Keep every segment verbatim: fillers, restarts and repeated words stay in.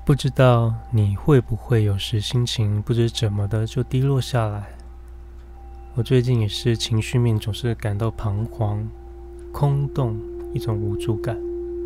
不知道你会不会有时心情不知怎么的就低落下来。我最近也是情绪面总是感到彷徨、空洞，一种无助感。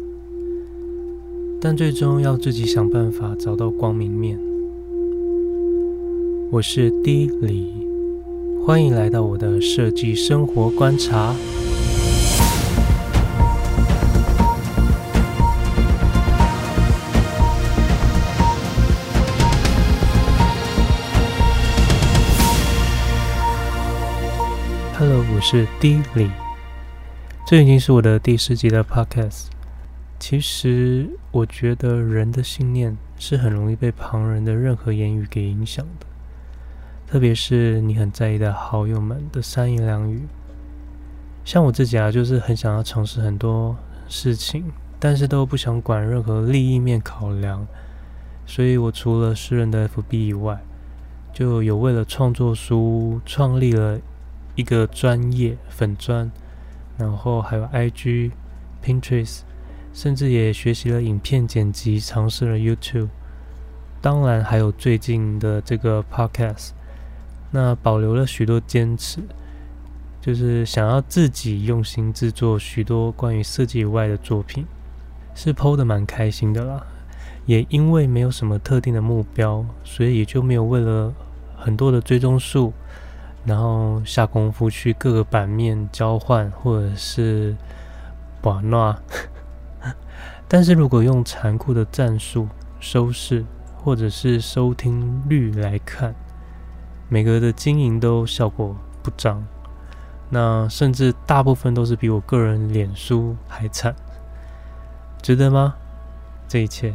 但最终要自己想办法找到光明面。我是 D 李，欢迎来到我的设计生活观察。Hello， 我是 D 李，这已经是我的第四集的 podcast。其实我觉得人的信念是很容易被旁人的任何言语给影响的，特别是你很在意的好友们的三言两语。像我自己啊，就是很想要尝试很多事情，但是都不想管任何利益面考量，所以我除了私人的 F B 以外，就有为了创作书创立了一个专业粉专，然后还有 I G、Pinterest， 甚至也学习了影片剪辑，尝试了 YouTube， 当然还有最近的这个 Podcast。 那保留了许多坚持，就是想要自己用心制作许多关于设计以外的作品，是 po 得蛮开心的啦。也因为没有什么特定的目标，所以也就没有为了很多的追踪数然后下功夫去各个版面交换，或者是把弄。但是如果用残酷的战术、收视或者是收听率来看，每个的经营都效果不彰，那甚至大部分都是比我个人脸书还惨，值得吗？这一切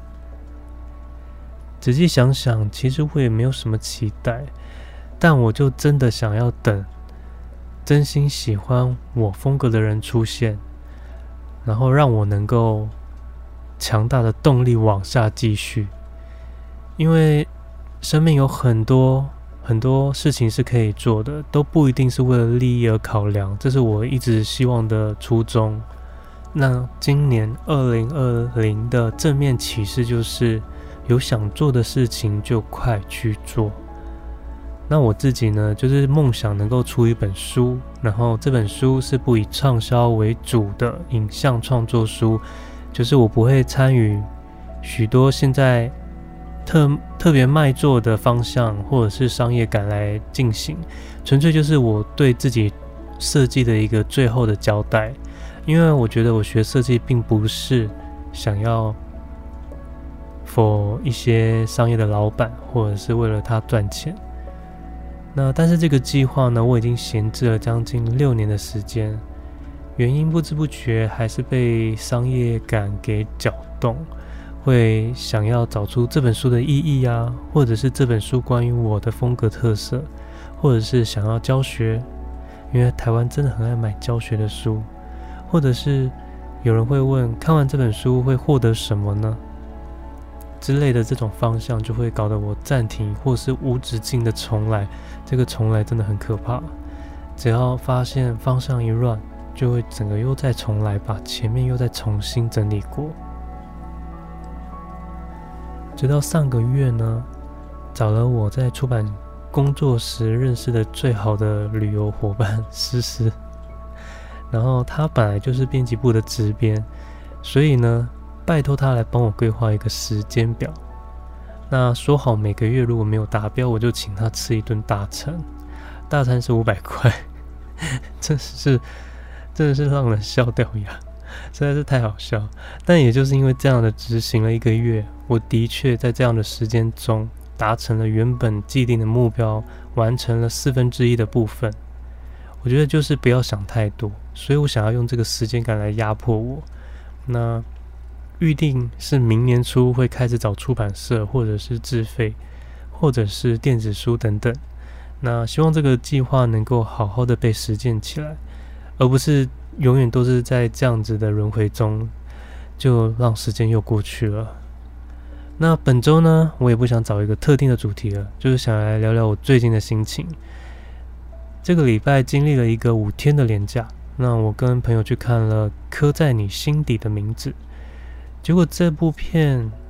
仔细想想，其实我也没有什么期待，但我就真的想要等真心喜欢我风格的人出现，然后让我能够强大的动力往下继续。因为生命有很多很多事情是可以做的，都不一定是为了利益而考量，这是我一直希望的初衷。那今年二零二零的正面启示就是，有想做的事情就快去做。那我自己呢，就是梦想能够出一本书，然后这本书是不以畅销为主的影像创作书，就是我不会参与许多现在特特别卖座的方向或者是商业感来进行，纯粹就是我对自己设计的一个最后的交代。因为我觉得我学设计并不是想要 for 一些商业的老板，或者是为了他赚钱。那但是这个计划呢，我已经闲置了将近六年的时间，原因不知不觉还是被商业感给搅动，会想要找出这本书的意义啊，或者是这本书关于我的风格特色，或者是想要教学，因为台湾真的很爱买教学的书，或者是有人会问，看完这本书会获得什么呢？之类的这种方向，就会搞得我暂停，或是无止境的重来。这个重来真的很可怕，只要发现方向一乱，就会整个又再重来，把前面又再重新整理过。直到上个月呢，找了我在出版工作时认识的最好的旅游伙伴诗诗，然后他本来就是编辑部的职编，所以呢拜托他来帮我规划一个时间表。那说好每个月如果没有达标，我就请他吃一顿大餐，大餐是五百块，真是真的是让人笑掉牙，实在是太好笑。但也就是因为这样的执行了一个月，我的确在这样的时间中达成了原本既定的目标，完成了四分之一的部分。我觉得就是不要想太多，所以我想要用这个时间感来压迫我。那预定是明年初会开始找出版社，或者是自费，或者是电子书等等。那希望这个计划能够好好的被实践起来，而不是永远都是在这样子的轮回中，就让时间又过去了。那本周呢，我也不想找一个特定的主题了，就是想来聊聊我最近的心情。这个礼拜经历了一个五天的连假，那我跟朋友去看了《刻在你心底的名字》，结果这部片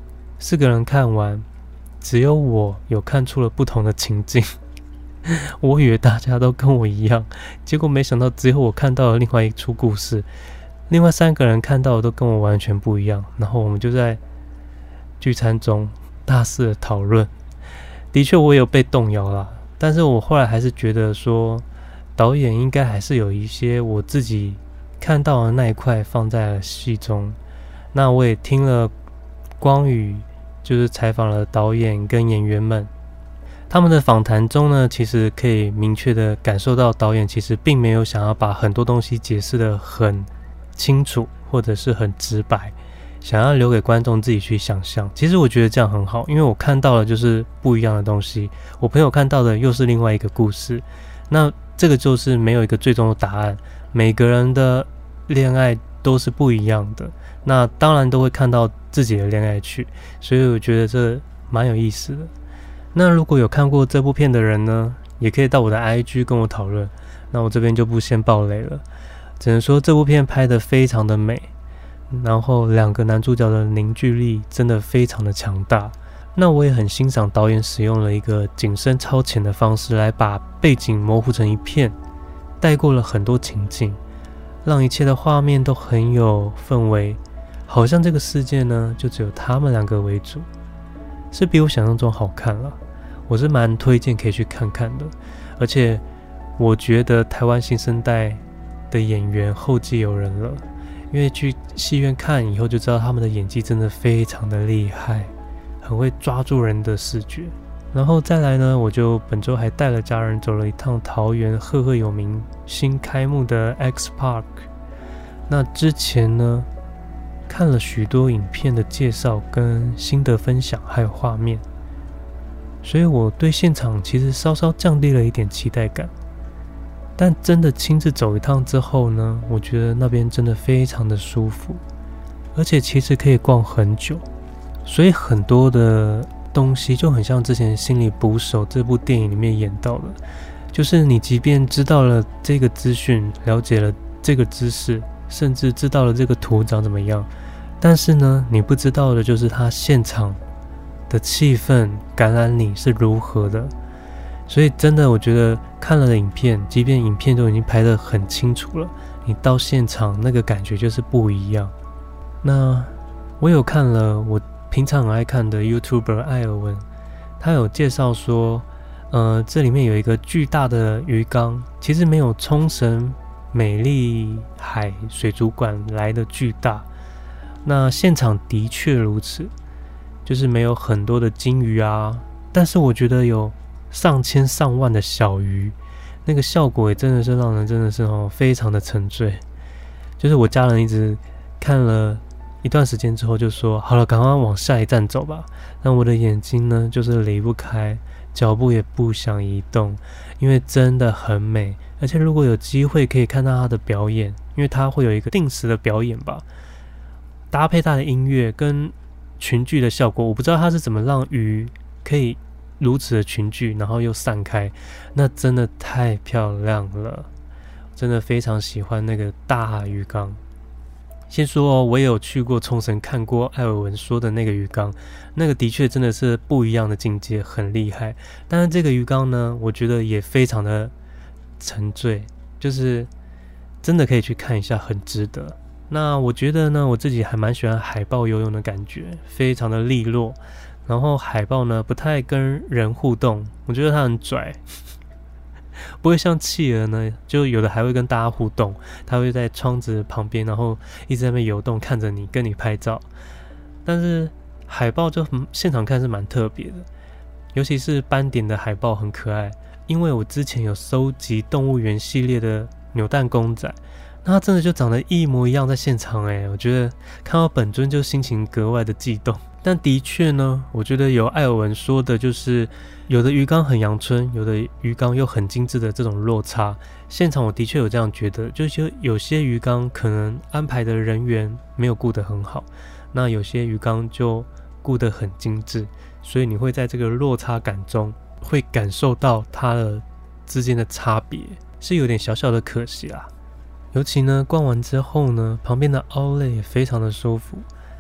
四个人看完，只有我有看出了不同的情境。我以为大家都跟我一样，结果没想到只有我看到了另外一出故事，另外三个人看到的都跟我完全不一样。然后我们就在聚餐中大肆的讨论。的确我也有被动摇啦，但是我后来还是觉得说导演应该还是有一些我自己看到的那一块放在了戏中。那我也听了光宇就是采访了导演跟演员们，他们的访谈中呢，其实可以明确的感受到导演其实并没有想要把很多东西解释得很清楚或者是很直白，想要留给观众自己去想象。其实我觉得这样很好，因为我看到的就是不一样的东西，我朋友看到的又是另外一个故事。那这个就是没有一个最终的答案，每个人的恋爱都是不一样的，那当然都会看到自己的恋爱去，所以我觉得这蛮有意思的。那如果有看过这部片的人呢，也可以到我的 I G 跟我讨论，那我这边就不先爆雷了，只能说这部片拍得非常的美，然后两个男主角的凝聚力真的非常的强大。那我也很欣赏导演使用了一个景深超前的方式来把背景模糊成一片，带过了很多情境，让一切的画面都很有氛围，好像这个世界呢就只有他们两个为主，是比我想象中好看了。我是蛮推荐可以去看看的，而且我觉得台湾新生代的演员后继有人了，因为去戏院看以后就知道他们的演技真的非常的厉害，很会抓住人的视觉。然后再来呢，我就本周还带了家人走了一趟桃园赫赫有名新开幕的 X Park。 那之前呢看了许多影片的介绍跟心得分享还有画面，所以我对现场其实稍稍降低了一点期待感。但真的亲自走一趟之后呢，我觉得那边真的非常的舒服，而且其实可以逛很久，所以很多的东西就很像之前《心理捕手》这部电影里面演到的，就是你即便知道了这个资讯，了解了这个知识，甚至知道了这个图长怎么样，但是呢你不知道的就是它现场的气氛感染你是如何的。所以真的我觉得看了影片，即便影片都已经拍得很清楚了，你到现场那个感觉就是不一样。那我有看了我平常很爱看的 YouTuber 艾尔文，他有介绍说呃，这里面有一个巨大的鱼缸，其实没有冲绳美丽海水族馆来的巨大。那现场的确如此，就是没有很多的金鱼啊，但是我觉得有上千上万的小鱼，那个效果也真的是让人真的是哦非常的沉醉。就是我家人一直看了一段时间之后就说好了，赶快往下一站走吧。但我的眼睛呢就是离不开，脚步也不想移动，因为真的很美。而且如果有机会可以看到他的表演，因为他会有一个定时的表演吧，搭配他的音乐跟群聚的效果，我不知道他是怎么让鱼可以如此的群聚，然后又散开，那真的太漂亮了，真的非常喜欢那个大鱼缸。先说哦，我也有去过冲绳看过艾尔文说的那个鱼缸，那个的确真的是不一样的境界，很厉害。但是这个鱼缸呢，我觉得也非常的沉醉，就是真的可以去看一下，很值得。那我觉得呢，我自己还蛮喜欢海豹游泳的感觉，非常的利落。然后海豹呢不太跟人互动，我觉得它很拽，不会像企鹅呢，就有的还会跟大家互动，它会在窗子旁边，然后一直在那边游动，看着你，跟你拍照。但是海豹就现场看是蛮特别的，尤其是斑点的海豹很可爱，因为我之前有收集动物园系列的扭蛋公仔，那它真的就长得一模一样，在现场耶，我觉得看到本尊就心情格外的悸动。但的确呢，我觉得有艾尔文说的就是有的鱼缸很阳春，有的鱼缸又很精致的这种落差。现场我的确有这样觉得，就是有些鱼缸可能安排的人员没有顾得很好，那有些鱼缸就顾得很精致，所以你会在这个落差感中会感受到它的之间的差别，是有点小小的可惜啦。尤其呢逛完之后呢，旁边的outlet也非常的舒服，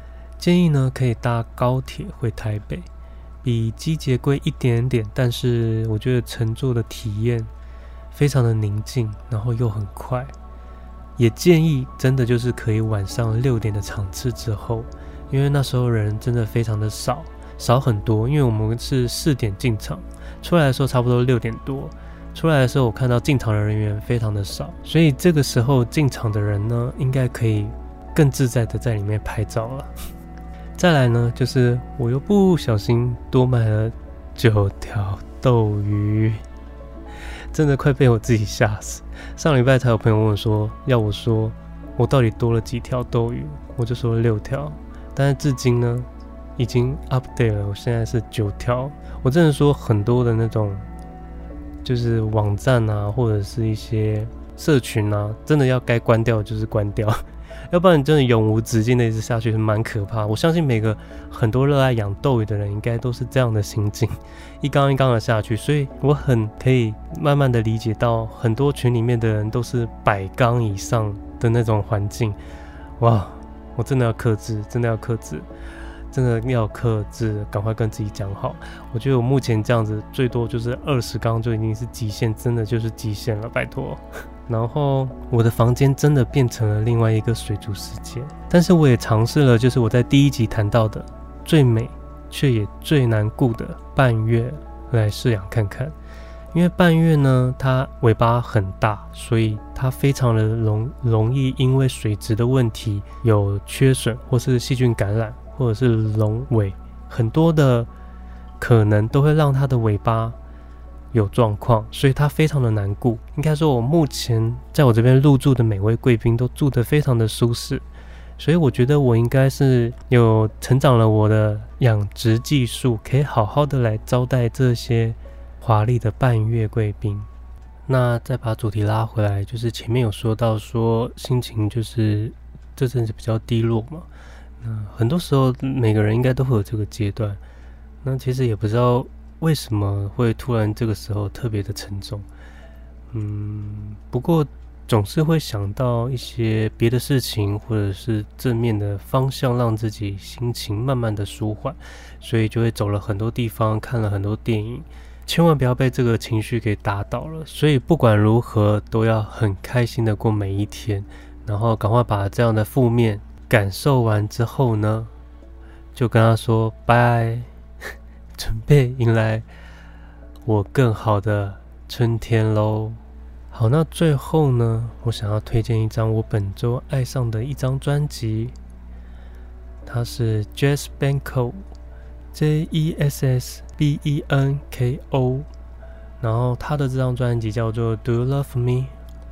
建议呢可以搭高铁回台北，比机捷贵一点点，但是我觉得乘坐的体验非常的宁静，然后又很快。也建议真的就是可以晚上六点的场次之后，因为那时候人真的非常的少，少很多，因为我们是四点进场，出来的时候差不多六点多，出来的时候我看到进场的人员非常的少，所以这个时候进场的人呢，应该可以更自在的在里面拍照了。再来呢，就是我又不小心多买了九条斗鱼，真的快被我自己吓死。上礼拜才有朋友问我说，要我说我到底多了几条斗鱼，我就说了六条，但是至今呢已经 update 了，我现在是九条。我真的说很多的那种就是网站啊，或者是一些社群啊，真的要该关掉就是关掉，要不然你真的永无止境的一直下去是蛮可怕。我相信每个很多热爱养斗鱼的人应该都是这样的心境，一缸一缸的下去，所以我很可以慢慢的理解到很多群里面的人都是百缸以上的那种环境。哇，我真的要克制，真的要克制，真的要克制，赶快跟自己讲好。我觉得我目前这样子最多就是二十缸就已经是极限，真的就是极限了，拜托。然后我的房间真的变成了另外一个水族世界，但是我也尝试了，就是我在第一集谈到的最美却也最难顾的半月来饲养看看。因为半月呢，它尾巴很大，所以它非常的容容易因为水质的问题有缺损，或是细菌感染，或者是龙尾，很多的可能都会让它的尾巴有状况，所以它非常的难顾。应该说我目前在我这边入住的每位贵宾都住得非常的舒适，所以我觉得我应该是有成长了我的养殖技术，可以好好的来招待这些华丽的半月贵宾。那再把主题拉回来，就是前面有说到说心情就是这阵子比较低落嘛，那很多时候每个人应该都会有这个阶段，那其实也不知道为什么会突然这个时候特别的沉重，嗯，不过总是会想到一些别的事情，或者是正面的方向，让自己心情慢慢的舒缓，所以就会走了很多地方，看了很多电影，千万不要被这个情绪给打倒了。所以不管如何，都要很开心的过每一天，然后赶快把这样的负面感受完之后呢，就跟他说拜，准备迎来我更好的春天咯。好，那最后呢，我想要推荐一张我本周爱上的一张专辑，它是 Jess Benko J E S S B E N K O， 然后他的这张专辑叫做 Do You Love Me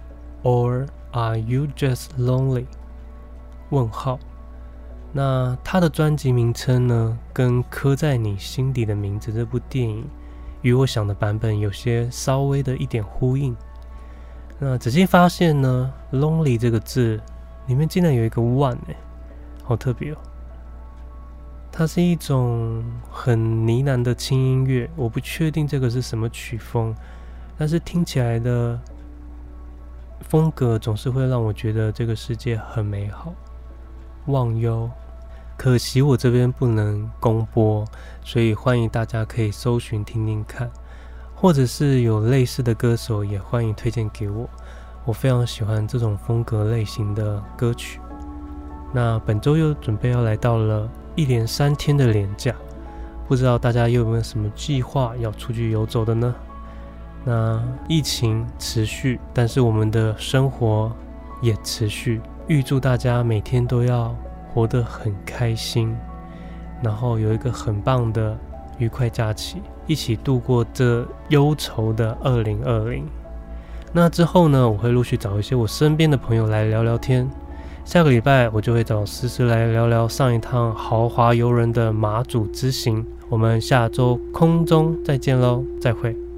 or Are You Just Lonely？ 问号。那他的专辑名称呢，跟刻在你心底的名字这部电影与我想的版本有些稍微的一点呼应。那仔细发现呢 Lonely 这个字里面竟然有一个 one， 欸，好特别哦。它是一种很呢喃的轻音乐，我不确定这个是什么曲风，但是听起来的风格总是会让我觉得这个世界很美好。忘忧，可惜我这边不能公播，所以欢迎大家可以搜寻听听看，或者是有类似的歌手也欢迎推荐给我，我非常喜欢这种风格类型的歌曲。那本周又准备要来到了一连三天的连假，不知道大家又有没有什么计划要出去游走的呢？那疫情持续，但是我们的生活也持续，预祝大家每天都要活得很开心，然后有一个很棒的愉快假期，一起度过这忧愁的二零二零。那之后呢，我会陆续找一些我身边的朋友来聊聊天，下个礼拜我就会找思思来聊聊上一趟豪华游轮的马祖之行。我们下周空中再见咯，再会。